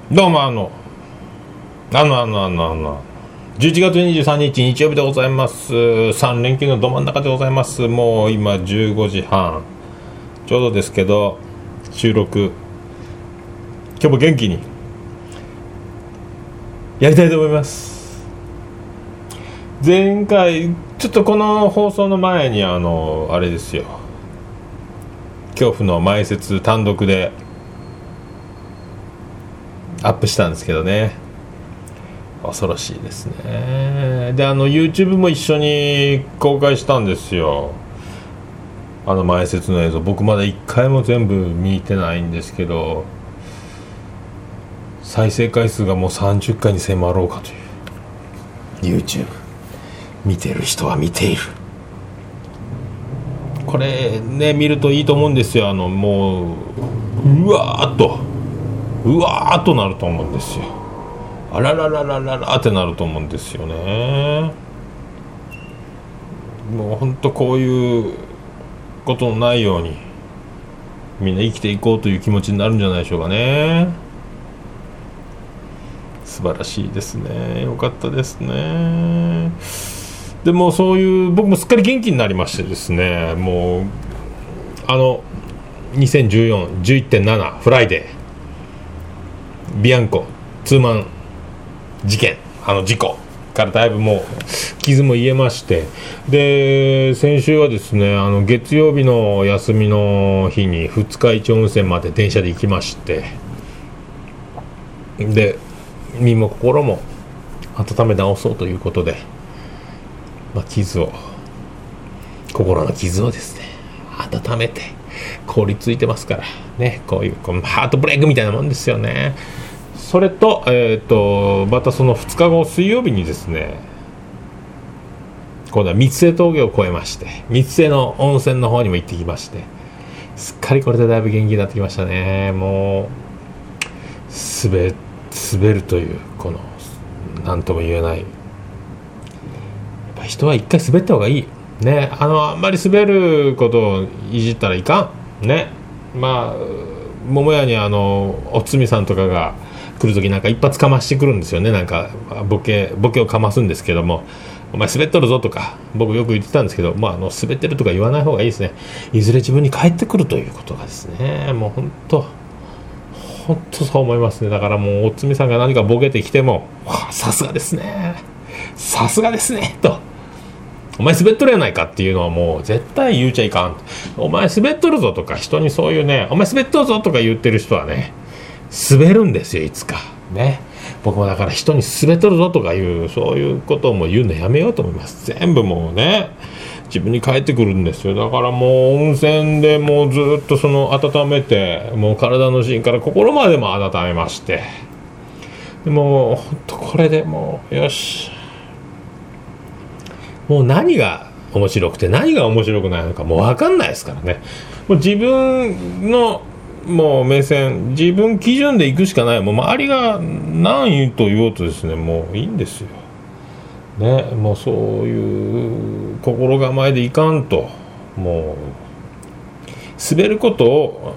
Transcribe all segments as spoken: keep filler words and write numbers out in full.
どうもあのあのあのあのあのじゅういちがつにじゅうさんにち日曜日でございます。さん連休のど真ん中でございます。もう今じゅうごじはんちょうどですけど、収録今日も元気にやりたいと思います。前回ちょっとこの放送の前にあのあれですよ、恐怖の前説単独でアップしたんですけどね、恐ろしいですね。であの YouTube も一緒に公開したんですよ、あの前説の映像。僕まだいっかいも全部見てないんですけど、再生回数がもうさんじゅっかいに迫ろうかという。 YouTube 見てる人は見ている。これね見るといいと思うんですよ。あのもううわーっとうわーっとなると思うんですよ。あららららららってなると思うんですよね。もうほんとこういうことのないようにみんな生きていこうという気持ちになるんじゃないでしょうかね。素晴らしいですね。よかったですね。でもそういう僕もすっかり元気になりましてですね、もうあのにせんじゅうよん じゅういってんなな フライデービアンコツーマン事件、あの事故からだいぶもう傷も癒えまして、で先週はですね、あの月曜日の休みの日に二日市温泉まで電車で行きまして、で身も心も温め直そうということで、まあ、傷を心の傷をですね温めて凍りついてますからね、こういう、こうハートブレイクみたいなもんですよね。それと、えーと、またそのふつかご水曜日にですね、今度は三ツ瀬峠を越えまして、三ツ瀬の温泉の方にも行ってきまして、すっかりこれでだいぶ元気になってきましたね。もう滑、滑るというこの何とも言えない、やっぱ人は一回滑った方がいいね。あのあんまり滑ることをいじったらいかんね。まあ桃屋にあのおつみさんとかが来るときなんか一発かましてくるんですよね。なんかボケボケをかますんですけども、お前滑っとるぞとか僕よく言ってたんですけど、まあ、あの滑ってるとか言わない方がいいですね。いずれ自分に返ってくるということがですね、もう本当本当そう思いますね。だからもうおつみさんが何かボケてきても、さすがですねさすがですねと、お前滑っとるやないかっていうのはもう絶対言うちゃいかん。お前滑っとるぞとか、人にそういうね、お前滑っとるぞとか言ってる人はね滑るんですよ、いつかね。僕もだから人に滑っとるぞとかいうそういうことをもう言うのやめようと思います。全部もうね自分に返ってくるんですよ。だからもう温泉でもうずっとその温めて、もう体の芯から心までも温めまして、でもうほんとこれでもうよし、もう何が面白くて何が面白くないのかもう分かんないですからね。もう自分のもう目線、自分基準で行くしかない。もう周りが何言うと言おうとですね、もういいんですよね。もうそういう心構えでいかんと、もう滑ることを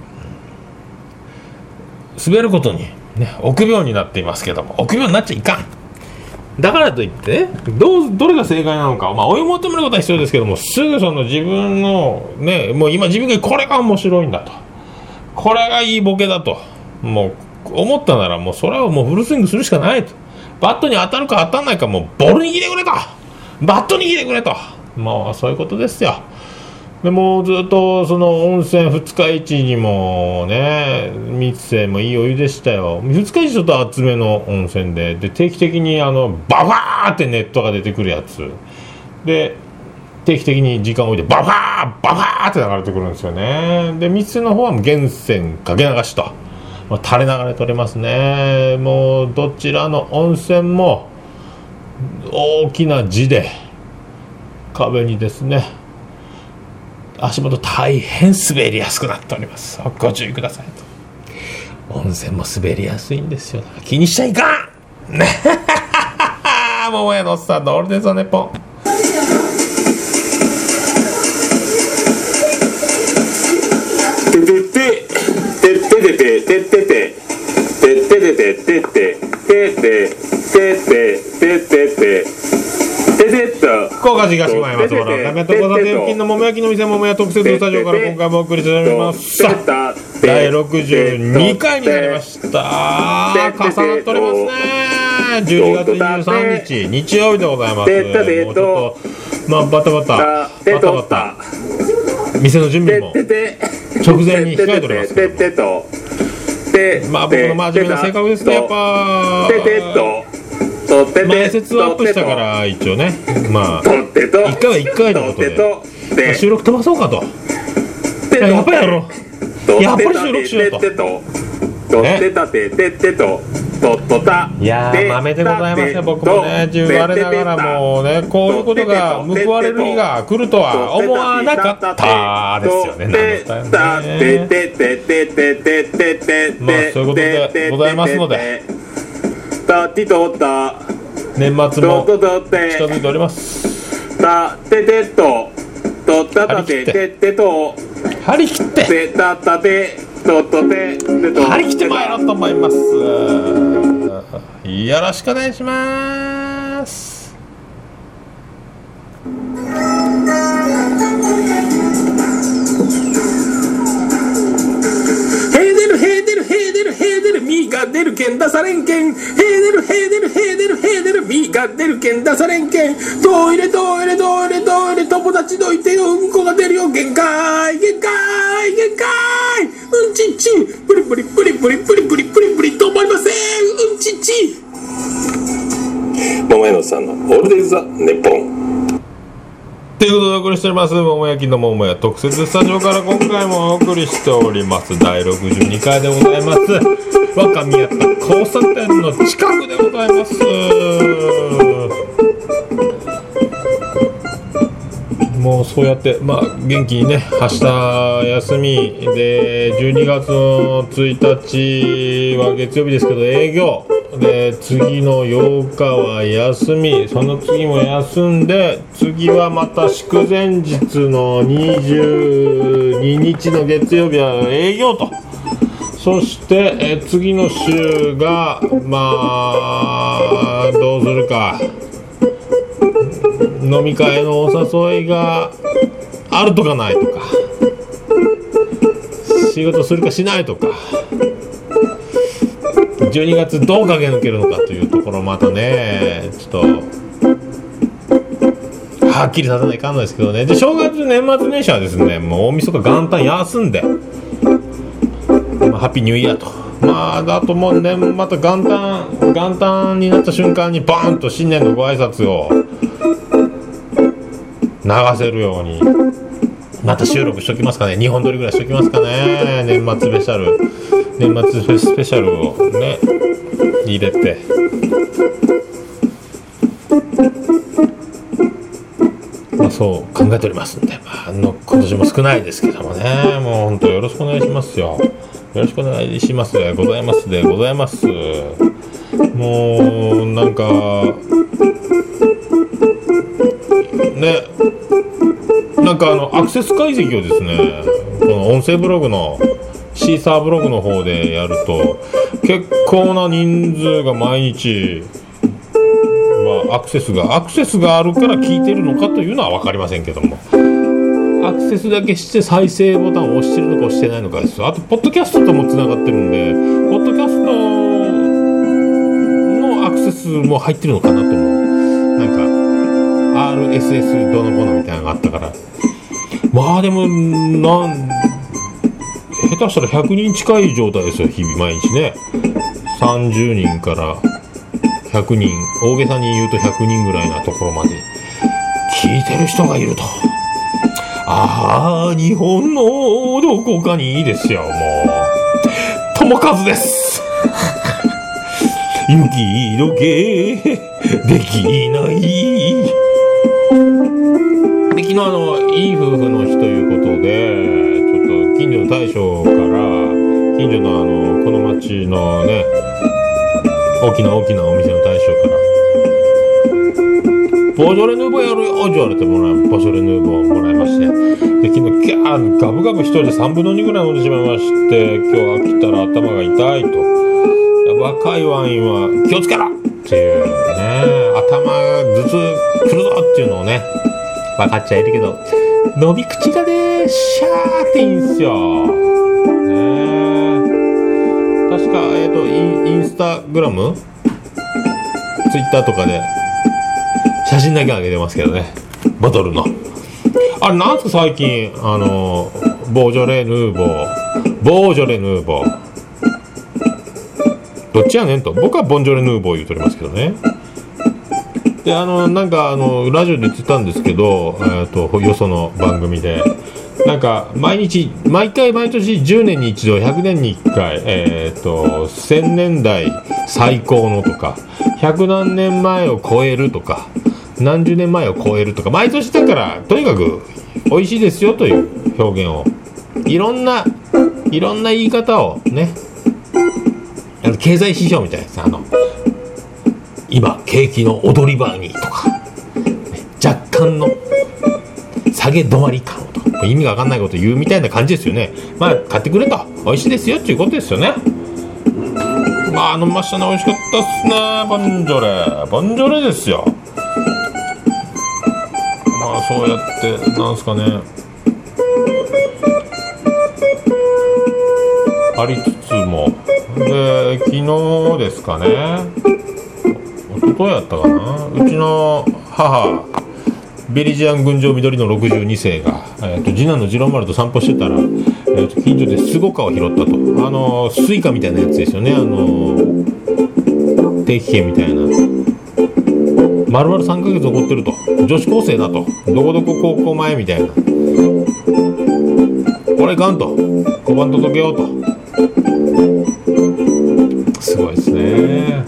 滑ることにね臆病になっていますけども、臆病になっちゃいかん。だからといってどうどれが正解なのか、まあ追い求めることは必要ですけども、すぐその自分のね、もう今自分がこれが面白いんだと、これがいいボケだともう思ったなら、もうそれをもうフルスイングするしかないと。バットに当たるか当たらないか、もうボールに握ってくれと、バットに握ってくれと、もうそういうことですよ。でもうずっとその温泉二日市にもね、三ツ瀬もいいお湯でしたよ。二日市ちょっと厚めの温泉で、で定期的にあのバファーってネットが出てくるやつで、定期的に時間を置いてバファーバファーって流れてくるんですよね。で三ツ瀬の方はもう源泉かけ流しと、まあ、垂れ流れ取れますね。もうどちらの温泉も大きな字で壁にですね、足元大変滑りやすくなっております。ご注意くださいと。温泉も滑りやすいんですよ。気にしちゃいかんね桃屋のおっさんのオールデイズ・ザ・ネッポン。てててててててててててててて福岡市東区前松原中戸交差点付近の桃焼きの店桃屋特設スタジオから今回もお送りしております。さあだいろくじゅうにかいになりました。重なっておりますね。じゅうにがつにじゅうさんにち日曜日でございます。もうちょっとまあバタバタバタバタ店の準備も直前に控えておりますけども、まあ僕の真面目な性格ですね。やっぱ前説をアップしたから一応ね、まあいっかいはいっかいのことで、まあ、収録飛ばそうかと。やっぱりやろう、やっぱり収録しようと。いやー豆でございますよ。僕もね我ながらもね、こういうことが報われる日が来るとは思わなかったですよね。なんだったよね。まあそういうことでございますので、年末も近づいております。張り切って張り切って張り切ってまいろうと思います。よろしくお願いします。 へー出るへー出るへー出るへー出るみが出るけん出されんけん。へー出るへー出るへー出るへー出るみが出るけん出されんけん。トイレトイレトイレトイレ友達どいてよ、うんこが出るよ、限界限界限界、うんちっちプリプリプリプリプリプリプリプリと思いません、うんちっち。 桃屋のさんのオールデイズ・ザ・ネッポンということでお送りしております桃焼きの桃屋特設スタジオから今回もお送りしておりますだいろくじゅうにかいでございます。若宮田交差点の近くでございます。もうそうやってまあ元気にね、明日休みでじゅうにがつのついたちは月曜日ですけど営業で、次のようかは休み、その次も休んで、次はまた祝前日のにじゅうににちの月曜日は営業と。そしてえ次の週がまあどうするか、飲み会のお誘いがあるとかないとか、仕事するかしないとか、じゅうにがつどう駆け抜けるのかというところ、またねちょっとはっきりさせないかんないですけどね。で正月年末年始はですね、もう大晦日元旦休んで、まあ、ハッピーニューイヤーと、まああともうねまた元旦元旦になった瞬間にバーンと新年のご挨拶を流せるようにまた収録しときますかね。にほん撮りぐらいしときますかね。年末スペシャル年末スペシャルをね入れて、まあそう考えておりますんで、まあ、あの今年も少ないですけどもね、もう本当よろしくお願いしますよ。よろしくお願いしますでございますでございます。もうなんかね、なんかあのアクセス解析をですね、この音声ブログのシーサーブログの方でやると結構な人数が毎日、まあ、アクセスがアクセスがあるから聞いてるのかというのは分かりませんけども、アクセスだけして再生ボタンを押してるのか押してないのかです。あとポッドキャストともつながってるんで、ポッドキャストのアクセスも入ってるのかなと思う。なんか アールエスエス どのこのみたいなのがあったから、まあでもなん下手したらひゃくにん近い状態ですよ、日々毎日ね。さんじゅうにんからひゃくにん、大げさに言うとひゃくにんぐらいなところまで聞いてる人がいると。ああ、日本のどこかにいいですよ、もう友和です雪解けできないで、昨日あのいい夫婦の日ということで、ちょっと近所の大将から近所のあのこの町のね大きな大きなお店の大将からボジョレ・ヌーボーやるよって言われてもらい、ボジョレ・ヌーボーもらいまして、で昨日ギャーガブガブ一人でさんぶんのにぐらい飲んでしまいまして、今日飽きたら頭が痛いと。やっぱ若いワインは気をつけろっていうね、頭頭痛くるぞっていうのをね分かっちゃいるけど、飲み口がねシャーっていいんすよね。確かえっ、ー、とイン、インスタグラムツイッターとかで写真だけ上げてますけどね、ボトルのあれなんすか最近あのボージョレ・ヌーボーボージョレ・ヌーボーどっちやねんと、僕はボンジョレ・ヌーボー言うとりますけどね。であのなんかあのラジオで言ってたんですけど、えー、とよその番組でなんか毎日毎回毎年じゅうねんに一度ひゃくねんにいっかい、えー、とせんねんだい最高のとかひゃくなんねんまえを超えるとか何十年前を超えるとか毎年だからとにかく美味しいですよという表現をいろんないろんな言い方をね、あの経済指標みたいなさ、あの今景気の踊り場にとか、ね、若干の下げ止まり感とか意味が分かんないこと言うみたいな感じですよね。まあ買ってくれと美味しいですよっていうことですよね。まあ飲みましたね、美味しかったっすね。ボンジョレボンジョレですよ。まあそうやってなんすかねありつつもで昨日ですかね、おとといやったかな、うちの母ベリジアン群青緑のろくじゅうにせいが、えー、と次男の次郎丸と散歩してたら、えー、と近所でスゴカを拾ったと、あのスイカみたいなやつですよね、あの定期券みたいな丸々さんかげつ残ってると、女子高生だと、どこどこ高校前みたいな、これいかんと、小判届けようと、すごいですね。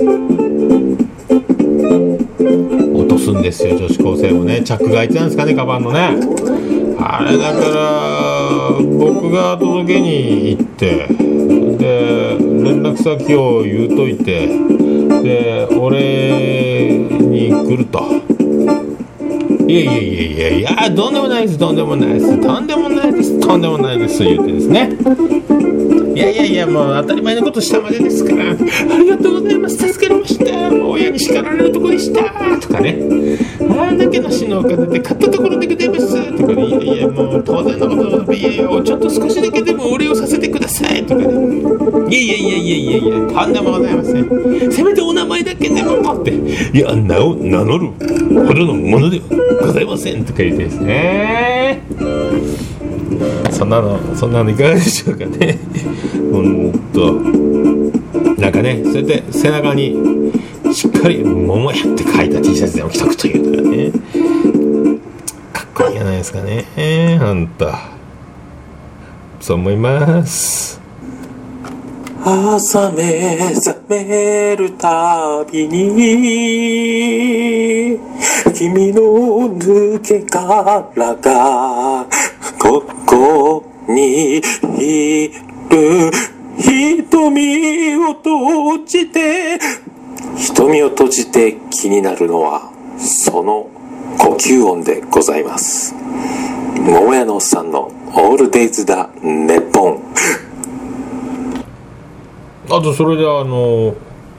落とすんですよ女子高生もね、チャックが開いてたんですかね、カバンのね。あれだから僕が届けに行ってで連絡先を言うといてで俺に来ると、いやいやいやいやいやとんでもないですとんでもないですとんでもないですとんでもないです言ってですね、いやいやいやもう当たり前のことしたまでですから、ありがとうございます、助かりました、もう親に叱られるとこでしたとかね、あれだけの死のお金で買ったところでございますとかね、いやいやもう当然のこといやいやちょっと少しだけでもお礼をさせてくださいとかね、いやいやいやいやいやいやとんでもございません、せめてお名前だけでもとって、いや名を名乗るほどのものではございませんとか言ってですね、そんなのそんなのいかがでしょうかね。ほんとなんかね、そうやって背中にしっかり桃やって書いた T シャツでも着とくというとかね、かっこいいじゃないですかね。ほんとそう思います。 朝目覚めるたびに君の抜け殻がここにいる、瞳を閉じて瞳を閉じて気になるのはその呼吸音でございます。桃屋のおっさんのオールデイズだネッポン。 あとそれであの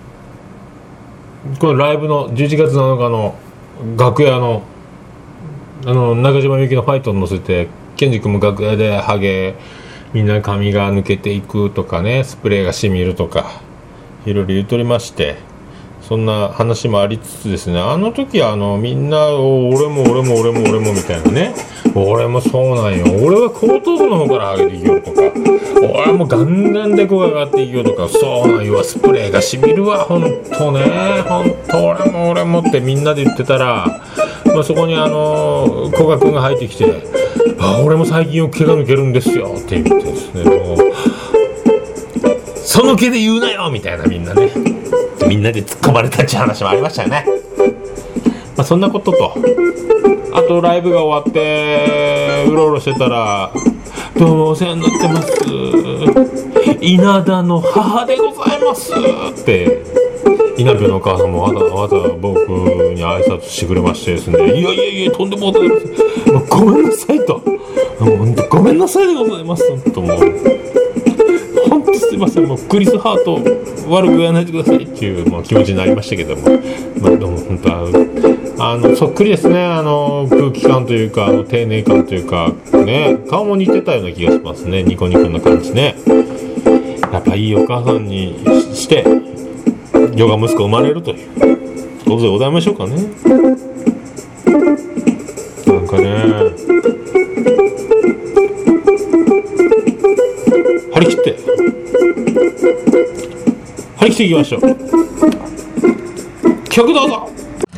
このライブのじゅういちがつなのかの楽屋のあの中島みゆきのファイトを載せてケンジ君も楽屋でハゲみんな髪が抜けていくとかね、スプレーがしみるとかいろいろ言うとりまして、そんな話もありつつですね、あの時あのみんな俺も俺も俺も俺もみたいなね、俺もそうなんよ、俺は後頭部の方から上げていきようとか、俺はもうガンガンデコが上がっていきようとか、そうなんよ、スプレーがしみるわほんとね、ほんと俺も俺もってみんなで言ってたら、まあ、そこにあの古賀君が入ってきて、あ俺も最近よく毛が抜けるんですよって言ってですね、もうその毛で言うなよみたいな、みんなねみんなで突っ込まれたって話もありましたよね。まあ、そんなことと、あとライブが終わってうろうろしてたら、どうもお世話になってます、稲田の母でございますって稲部のお母さんもわざわざ僕に挨拶してくれましてですね、いやいやいやとんでもございません、もうごめんなさいと、もう本当ごめんなさいでございますと、もう本当失すいません、もうクリスハート悪く言わないでくださいっていう、もう気持ちになりましたけども、まあ、どうも本当はあのそっくりですね。あの空気感というか、あの丁寧感というかね、顔も似てたような気がしますね。ニコニコな感じね。やっぱいいお母さんにしてヨガ息子生まれるということでございましょうかね。なんかね、張り切って張り切っていきましょう。曲どうぞ。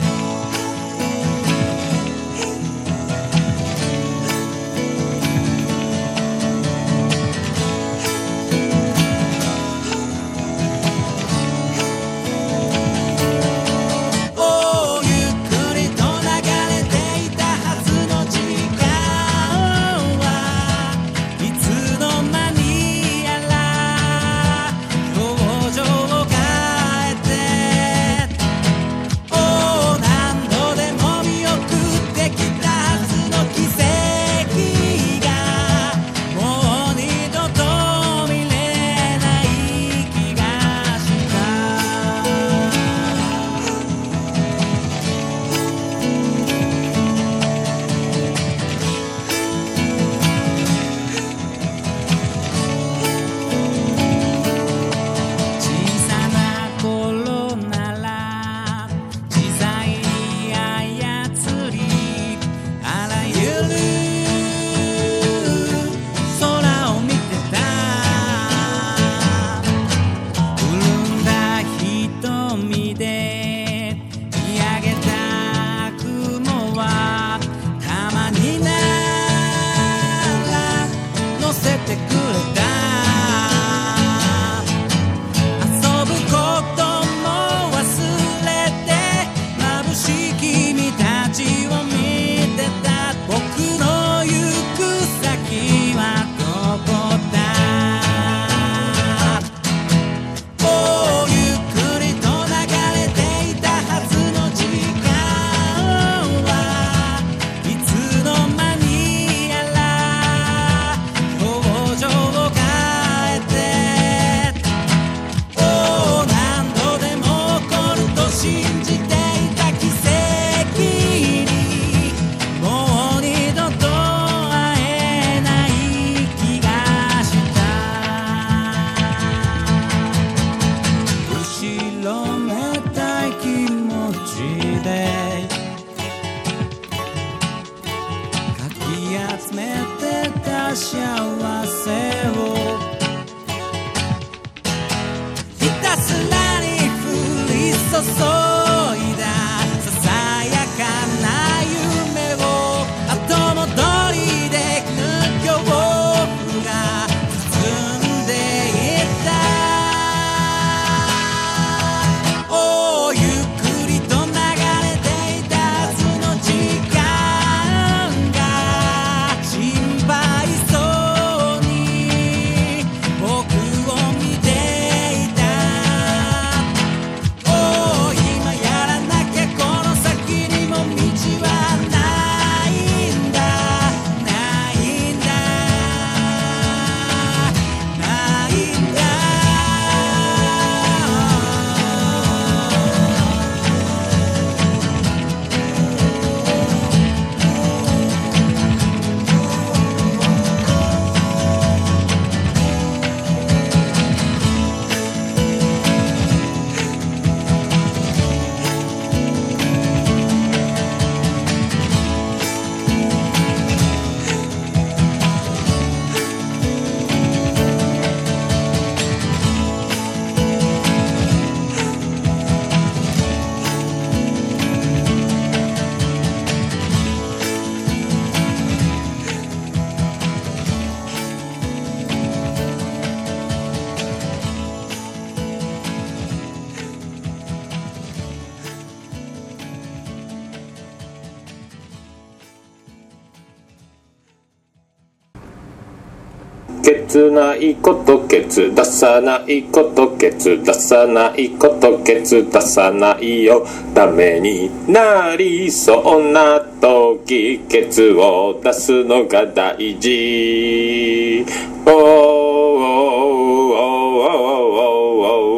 ケツないことケツ出さないことケツ出さないことケツ出さないよダメになりそうな時ケツを出すのが大事おーおーおー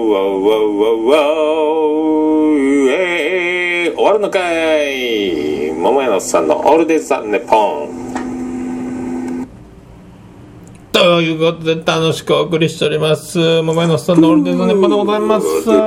えー、終わるのかい。桃屋のさんのオールデイズ・ザ・ネポンということで楽しくお送りしております桃屋のさんのオールデイズ・ザ・ネポンでございます。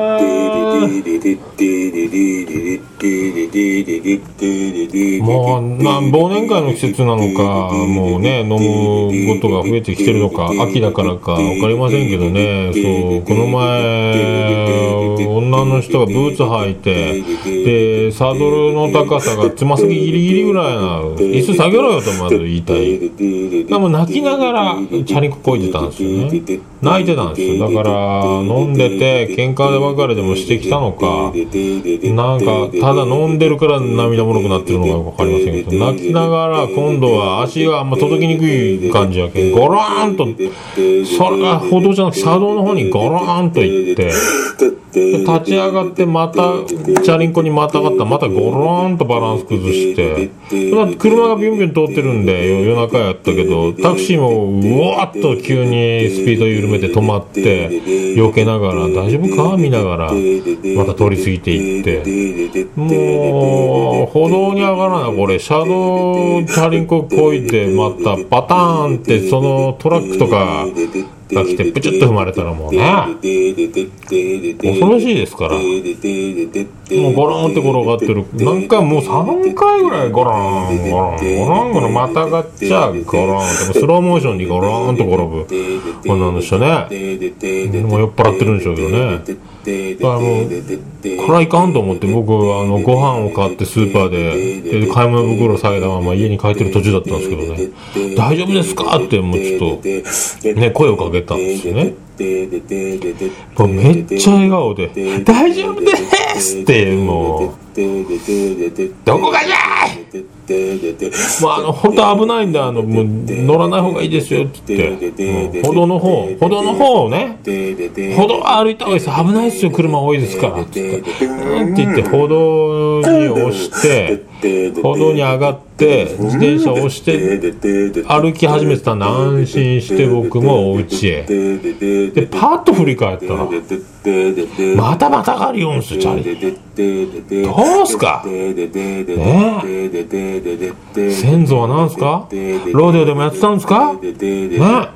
もうな忘年会の季節なのかもうね飲むことが増えてきてるのか秋だからか分かりませんけどね。そうこの前女の人がブーツ履いてでサドルの高さがつま先ギリギリぐらいな椅子下げろよとまず言いたい。でも泣きながらチャリンコこいてたんですよね。泣いてたんですよ。だから飲んでて喧嘩で別れでもしてきたのかなんかただ飲んでるから涙もろくなってるのか分かりませんけど泣きながら今度は足があんま届きにくい感じやけんゴローンとそれが歩道じゃなくて車道の方にゴローンと行って立ち上がってまたチャリンコにまたがったまたゴローンとバランス崩して車がビュンビュン通ってるんで夜中やったけどタクシーもうわっと急にスピード緩めて止まって避けながら大丈夫か見ながらまた通り過ぎていってもう歩道に上がらないこれ車道チャリンコこいでまたパターンってそのトラックとかが来てプチュッと踏まれたらもうね恐ろしいですからもうゴロンって転がってる何回もうさんかいぐらいゴロンゴロンゴロンゴロンまたがっちゃうゴロンってスローモーションにゴロンと転ぶ女の人ねもう酔っ払ってるんでしょうけどねだからもうこれはいかんと思って僕あのご飯を買ってスーパーでで買い物袋下げたまま家に帰ってる途中だったんですけどね大丈夫ですかってもうちょっとね声をかけたんですよね。もうめっちゃ笑顔で大丈夫ですってもうどこがじゃーもうあの本当危ないんであのもう乗らない方がいいですよって言って歩道の方歩道の方をね歩道歩いた方がいいです危ないですよ車多いですからって言ってうんって言って歩道に押して歩道に上がって自転車を押して歩き始めてたんで安心して僕もお家へでパッと振り返ったらまたまたがりよんすチャリどうすかねえ先祖は何すかローデオでもやってたんですかね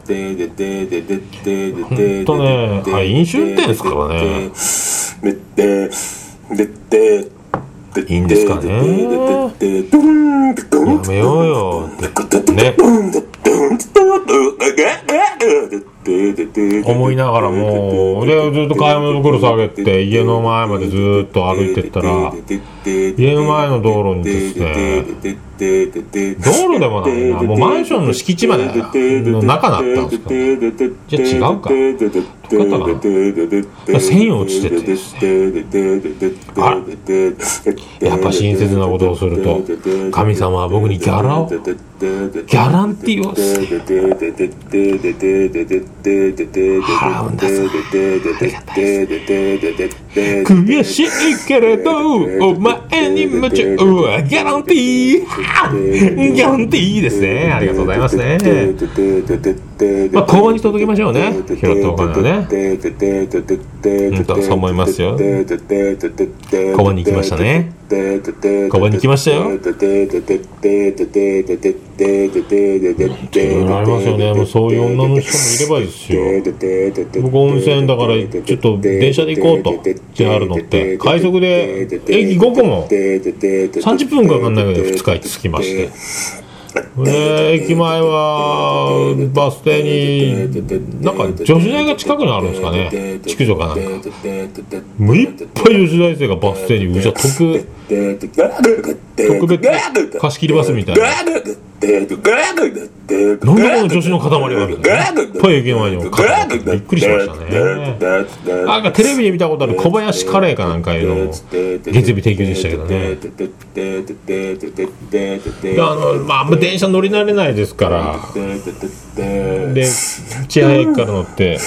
ほんとねあれ飲酒運転ですからねいいんですかねやめようよね思いながらもうでずっと買い物袋下げて家の前までずっと歩いてったら家の前の道路にですね道路でもないなもうマンションの敷地までの中だったんですかじゃあ違うかどうかったかな線落ちててですねあやっぱ親切なことをすると神様は僕にギャラをギャランティーを払うんだぞありがたいです悔しいけれどお前に夢中ギャランティーギャランティーですねありがとうございますねまあ交番に届けましょうね拾ったお金をねうんとそう思いますよ交番に行きましたね交番に行きましたよいろいろありますよねもうそういう女の人もいればですよ僕温泉だからちょっと電車で行こうと ジェイアール 乗って快速で駅ごこもさんじゅっぷんかかんないぐらいでふつか行って着きましてで駅前はバス停になんか女子大が近くにあるんですかね築女かなんかもういっぱい女子大生がバス停にうじゃ特特別貸し切りバスみたいななんでこの女子の塊があるんだよいっぱい駅前にもかかってびっくりしましたねなんかテレビで見たことある小林カレーかなんかいうの月曜日提供でしたけどねあのまあ電車乗り慣れないですからで千早駅から乗って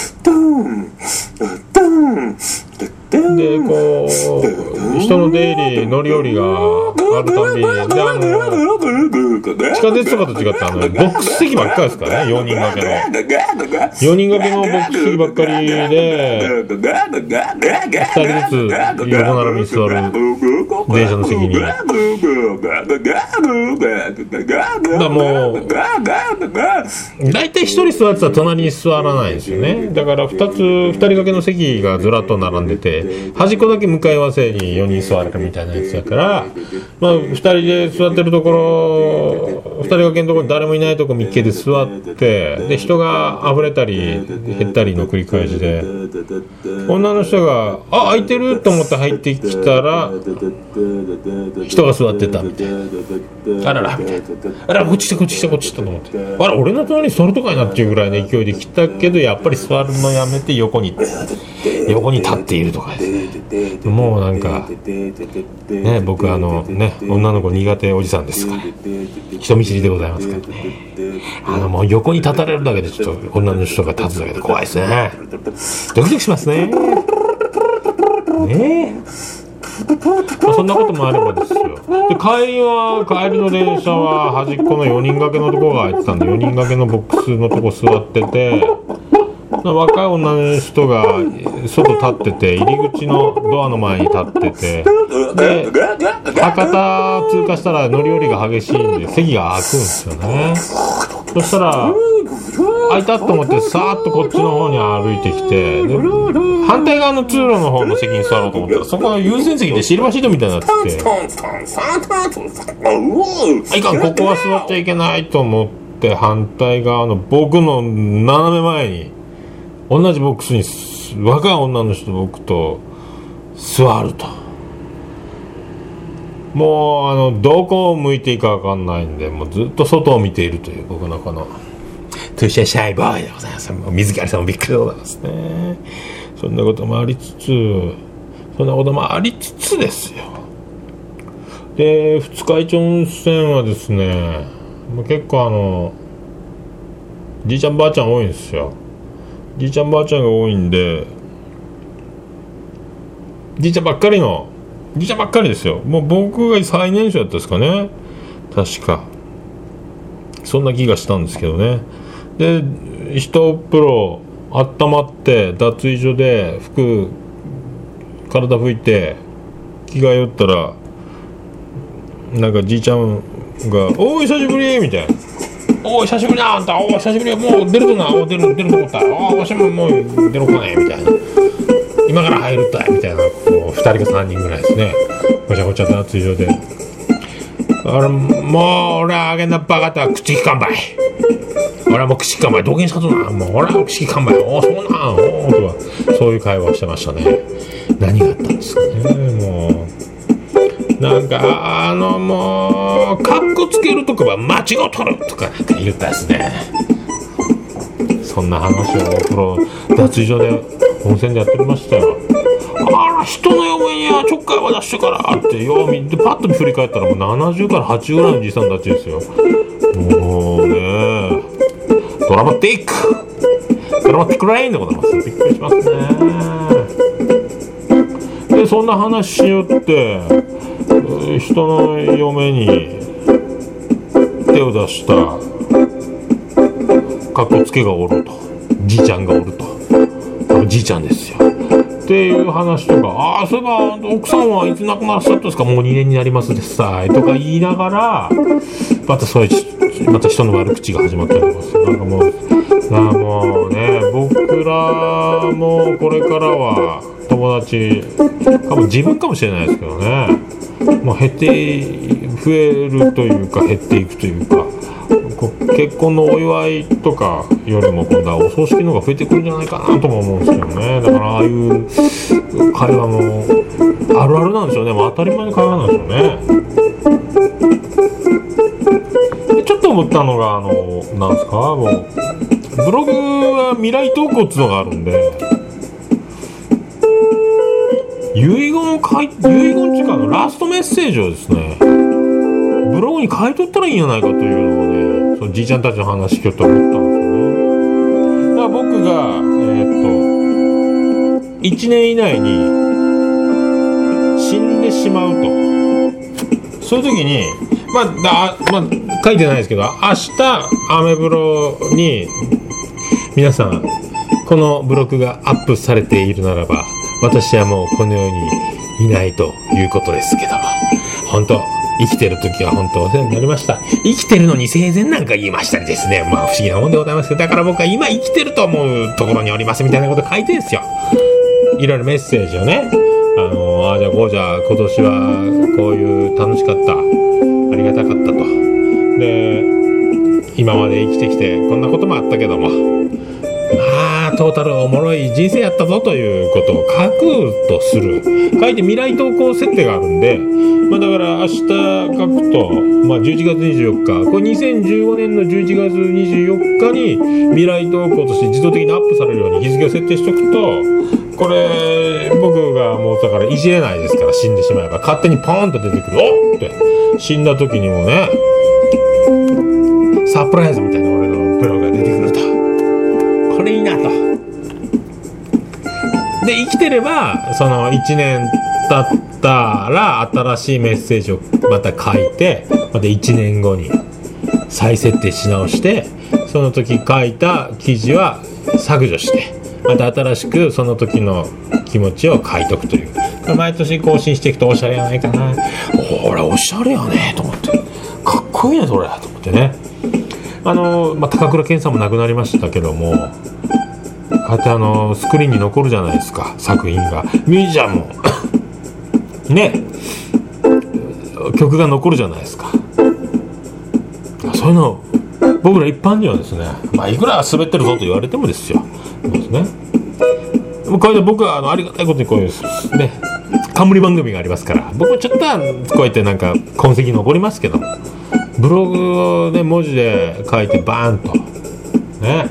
でこう人の出入り乗り降りがあるたびにであの地下鉄とかと違ってあのボックス席ばっかりですからね、よにん掛けのよにん掛けのボックス席ばっかりでふたりずつ横並びに座る電車の席に、だからもう大体ひとり座ってたら隣に座らないんですよね。だからふたつふたり掛けの席がずらっと並んでて、端っこだけ向かい合わせによにん座れるみたいなやつだから、まあ、ふたりで座ってるところふたり掛けのところに誰もいないところ見っけで座って、で人が溢れたり減ったりの繰り返しで、女の人があ空いてると思って入ってきたら人が座ってたみたいな、あららみたいな、あらこっち来たこっち来たこっち来たと思って、あら俺の隣に座るとかいなっていうぐらいの勢いで来たけど、やっぱり座るのやめて横に横に立っているとかですね。もうなんかね、僕あのね女の子苦手おじさんですから人見知りでございますからね、あのもう横に立たれるだけでちょっと女の人が立つだけで怖いですね。ドキドキしますね。ねえ、まあ、そんなこともあればですよ。で帰りは帰りの電車は端っこのよにん掛けのとこが空いてたんで、よにん掛けのボックスのとこ座ってて、若い女の人が外立ってて、入り口のドアの前に立ってて、で博多通過したら乗り降りが激しいんで席が空くんですよね。そしたら空いたと思ってさーっとこっちの方に歩いてきて、で反対側の通路の方の席に座ろうと思ったら、そこが優先席でシルバーシートみたいになってて、あいかんここは座っちゃいけないと思って、反対側の僕の斜め前に同じボックスに若い女の人と僕と座ると、もうあのどこを向いていいか分かんないんで、もうずっと外を見ているという僕のこのトゥーシャイシャイボーイでございます。もう水木有さんもびっくりでございますね。そんなこともありつつそんなこともありつつですよ。で二日市温泉はですね、結構あのじいちゃんばあちゃん多いんですよ。じいちゃんばあちゃんが多いんで、じいちゃんばっかりのじいちゃんばっかりですよ。もう僕が最年少だったですかね、確かそんな気がしたんですけどね。で一風呂温まって脱衣所で服体拭いて着替えよったら、なんかじいちゃんがおー久しぶりみたいな、おー久しぶりなあんた、おー久しぶり、もう出るとな、おー出る出るとこった、おーわしももう出ろかねみたいな、今から入るったいみたいな、こうふたりかさんにんぐらいですね、ごちゃごちゃ脱衣所で、あれもう俺はあげんなバカとは口利かんばい、俺はもう口利かんばい、どげんしかとな、もう俺はもう口利かんばい、おーそうなんおーとかそういう会話をしてましたね。何があったんですかね。もうなんかあのもうカッコつけるとかは間違うとるとかなんか言ったですね。そんな話をお風呂脱衣所で温泉でやってましたよ。あら人の嫁にはちょっかいは出してからってよう見てパッと振り返ったらもうななじゅうからはちじゅうぐらいのじいさんたちですよ。もうねドラマティックドラマティックレインでございます。びっくりしますね。でそんな話しよって人の嫁に手を出したかっこつけがおると、じいちゃんがおると、じいちゃんですよっていう話とか、ああそういえば奥さんはいつ亡くならっしゃったんですか、もうにねんになりますですさとか言いながら、またそういうまた人の悪口が始まったりとかする。なんかもうなもうね、僕らもこれからは友達多分自分かもしれないですけどね、もう減って増えるというか減っていくというか、結婚のお祝いとかよりも今度はお葬式の方が増えてくるんじゃないかなとも思うんですけどね。だからああいう会話もあるあるなんでしょうね。もう当たり前の会話なんでしょうね。でちょっと思ったのがあのなんですか、もうブログは未来投稿っていうのがあるんで、遺言を書い遺言っていうかのラストメッセージをですねブログに書いとったらいいんじゃないかというのをね、そのじいちゃんたちの話聞きよったら思ったんですよね。だから僕がえー、っといちねん以内に死んでしまうと、そういう時にまあ、だまあ、書いてないですけど、明日アメブロに皆さんこのブログがアップされているならば、私はもうこの世にいないということですけども、本当生きてる時は本当お世話になりました。生きてるのに生前なんか言いましたりですね、まあ不思議なもんでございますけど、だから僕は今生きてると思うところにおりますみたいなこと書いてるんですよ。いろいろメッセージをね、あのあじゃあこうじゃ今年はこういう楽しかった、ありがたかったと、で今まで生きてきてこんなこともあったけども、まあトータルおもろい人生やったぞということを書くとする、書いて未来投稿設定があるんで、まあ、だから明日書くと、まあ、じゅういちがつにじゅうよっか、これにせんじゅうごねんのじゅういちがつにじゅうよっかに未来投稿として自動的にアップされるように日付を設定しておくと、これ僕がもうだからいじれないですから、死んでしまえば勝手にポーンと出てくる、おっって死んだ時にもね、サプライズみたいな俺のブログが出てくると、これいいなと。で生きてればそのいちねん経ったら新しいメッセージをまた書いて、またいちねんごに再設定し直して、その時書いた記事は削除して、また新しくその時の気持ちを書いとくという、毎年更新していくとおしゃれやないかな。おれおしゃれやねと思って、かっこいいねそれと思ってね。あの、まあ、高倉健さんも亡くなりましたけども、あとあのスクリーンに残るじゃないですか、作品が。ミュージアムね、曲が残るじゃないですか。そういうの僕ら一般にはですね、まあいくら滑ってるぞと言われてもですよ、そうですね、これで僕はあのありがたいことにこういうね冠番組がありますから、僕もちょっとはこうやってなんか痕跡残りますけど、ブログをね文字で書いてバーンとね、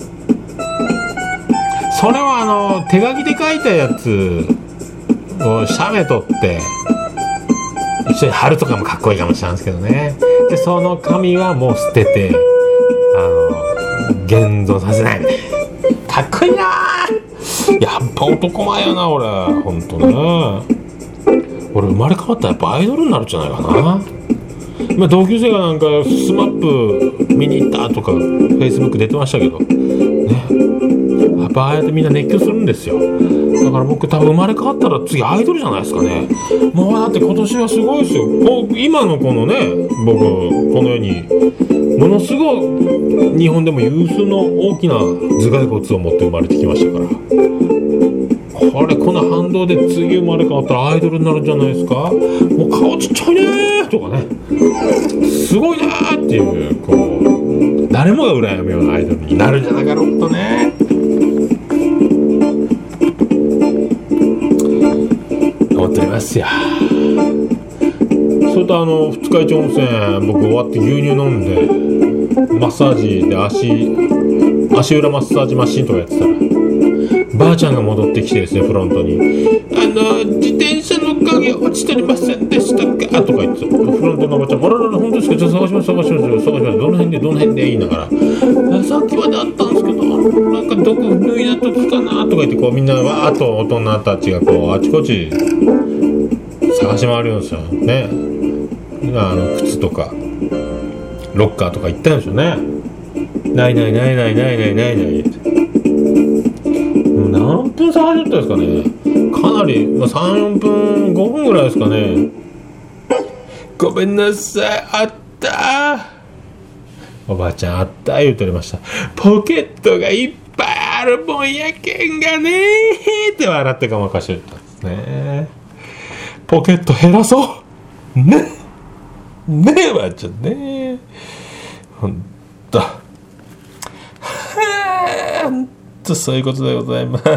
それはあの手書きで書いたやつを写メ撮って一緒に貼るとかもかっこいいかもしれないんですけどね。でその紙はもう捨てて、あの現像させないみたいな、かっこいいな。やっぱ男前やな俺、ほんとね。俺生まれ変わったらやっぱアイドルになるんじゃないかな。まあ、同級生がなんかスマップ見に行ったとかフェイスブック出てましたけどね、やっぱああやってみんな熱狂するんですよ。だから僕多分生まれ変わったら次アイドルじゃないですかね。もうだって今年はすごいですよ。今のこのね、僕この世にものすごい日本でも有数の大きな頭蓋骨を持って生まれてきましたから、これこの反動で次生まれ変わったらアイドルになるんじゃないですか。もう顔ちっちゃいねーとかね、すごいなーっていう、こう誰もが羨むようなアイドルになるんじゃないかなとね思っておりますよ。それとあの二日市温泉僕終わって牛乳飲んでマッサージで足足裏マッサージマシンとかやってたら、ばあちゃんが戻ってきてですね、フロントにあの自転車の影落ちておりませんでしたかとか言って、フロントのおばちゃん、あららら本当ですか、ちょっと探します探します探します、どの辺でどの辺で言いながら、さっきまであったんですけどなんかどこ脱いだ時かなとか言って、こうみんなわーっと大人たちがこうあちこち探し回るんですよね。あの靴とかロッカーとか行ったんでしょうね。ないないないないないないないないって、もう何分探しとったんですかね。かなり、まあ、さん、よんぷんごふんぐらいですかね。ごめんなさい、あったおばあちゃんあった言うておりました。ポケットがいっぱいあるもんやけんがねーって笑ってかまかしとったんですね。ポケット減らそうねねえばあちゃんね、ほんとはーんとそういうことでございますエン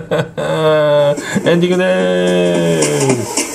ディングでーす。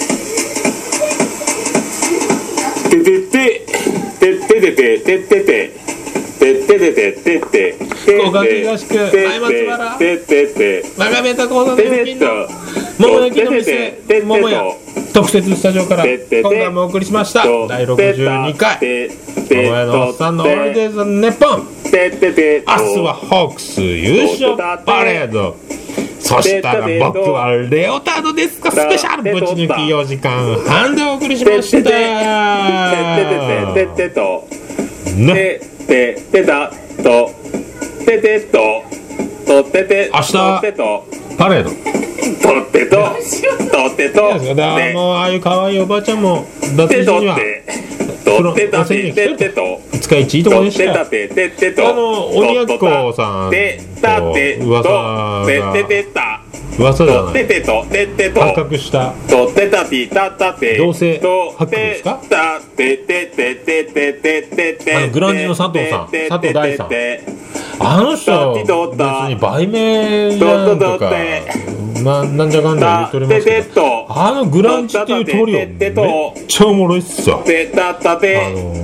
ててててててててててててててて福岡東区前松原長めた交差点付近の桃焼きの店桃屋特設スタジオから今回もお送りしましただいろくじゅうにかい桃屋のおっさんのオールデイズ・ネッポン。明日はホークス優勝パレードそしたら僕はレオタードですかスペシャルぶち抜きよじかんはんでお送りしました。 ててててててとてててたとててととてて明日てとパレードとってととってとあのああいう可愛いおばあちゃんも脱衣所にはとってたてててとふつかいちいいとこでしたよ。 とってたてててとあの鬼奴さんと噂が噂じゃない発覚したとってたてたたて同性発覚ですか。 たててててててててあのグランジの佐藤さん佐藤大さんあの人別に売名なんとかな, なんじゃかんじゃ言うとりますけどあのグランジっていうトリオめっちゃおもろいっすよ。あのだから ディ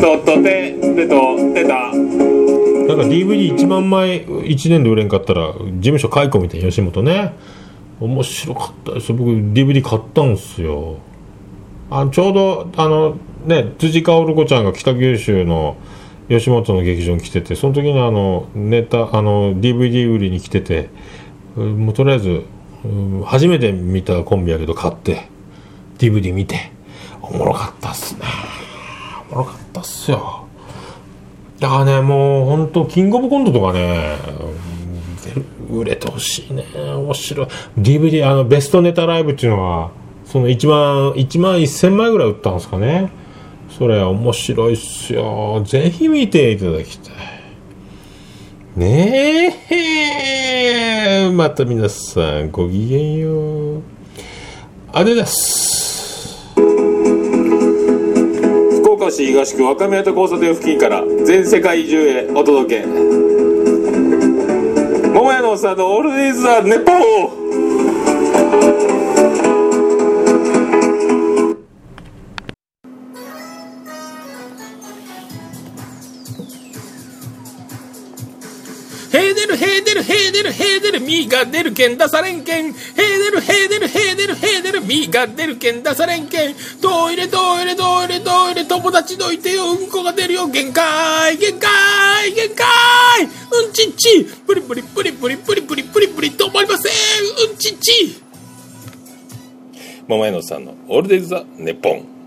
ーブイディーいちまんまいいちねんで売れんかったら事務所解雇みたいな吉本ね面白かったですよ。僕 ディーブイディー 買ったんすよ。あのちょうどあのね辻薫子ちゃんが北九州の吉本の劇場に来ててその時にあのネタあの ディーブイディー 売りに来ててもうとりあえず初めて見たコンビやけど買って ディーブイディー 見ておもろかったっすね。おもろかったっすよ。だからねもうほんとキングオブコントとかね売れてほしいね。面白い ディーブイディー あのベストネタライブっていうのはそのいちまんいちまんせんまいぐらい売ったんですかね。それ面白いっすよ。ぜひ見ていただきたいねえ。また皆さんごきげんよう。あれです福岡市東区若宮と交差点付近から全世界中へお届け桃屋のおっさんのオールディーズ・ザ・ネポー。 へー出るへー出るへー出るへー出るみが出るけん出されんけんへー出るへー出るへー出るへー出るみが出るけん出されんけんトイレトイレトイレトイレ友達どいてようんこが出るよ限界限界限界うんちっちプリプリプリプリプリプリプリプリ止まりませんうんちっち桃屋のおっさんのオールディーズ・ザ・ネポン。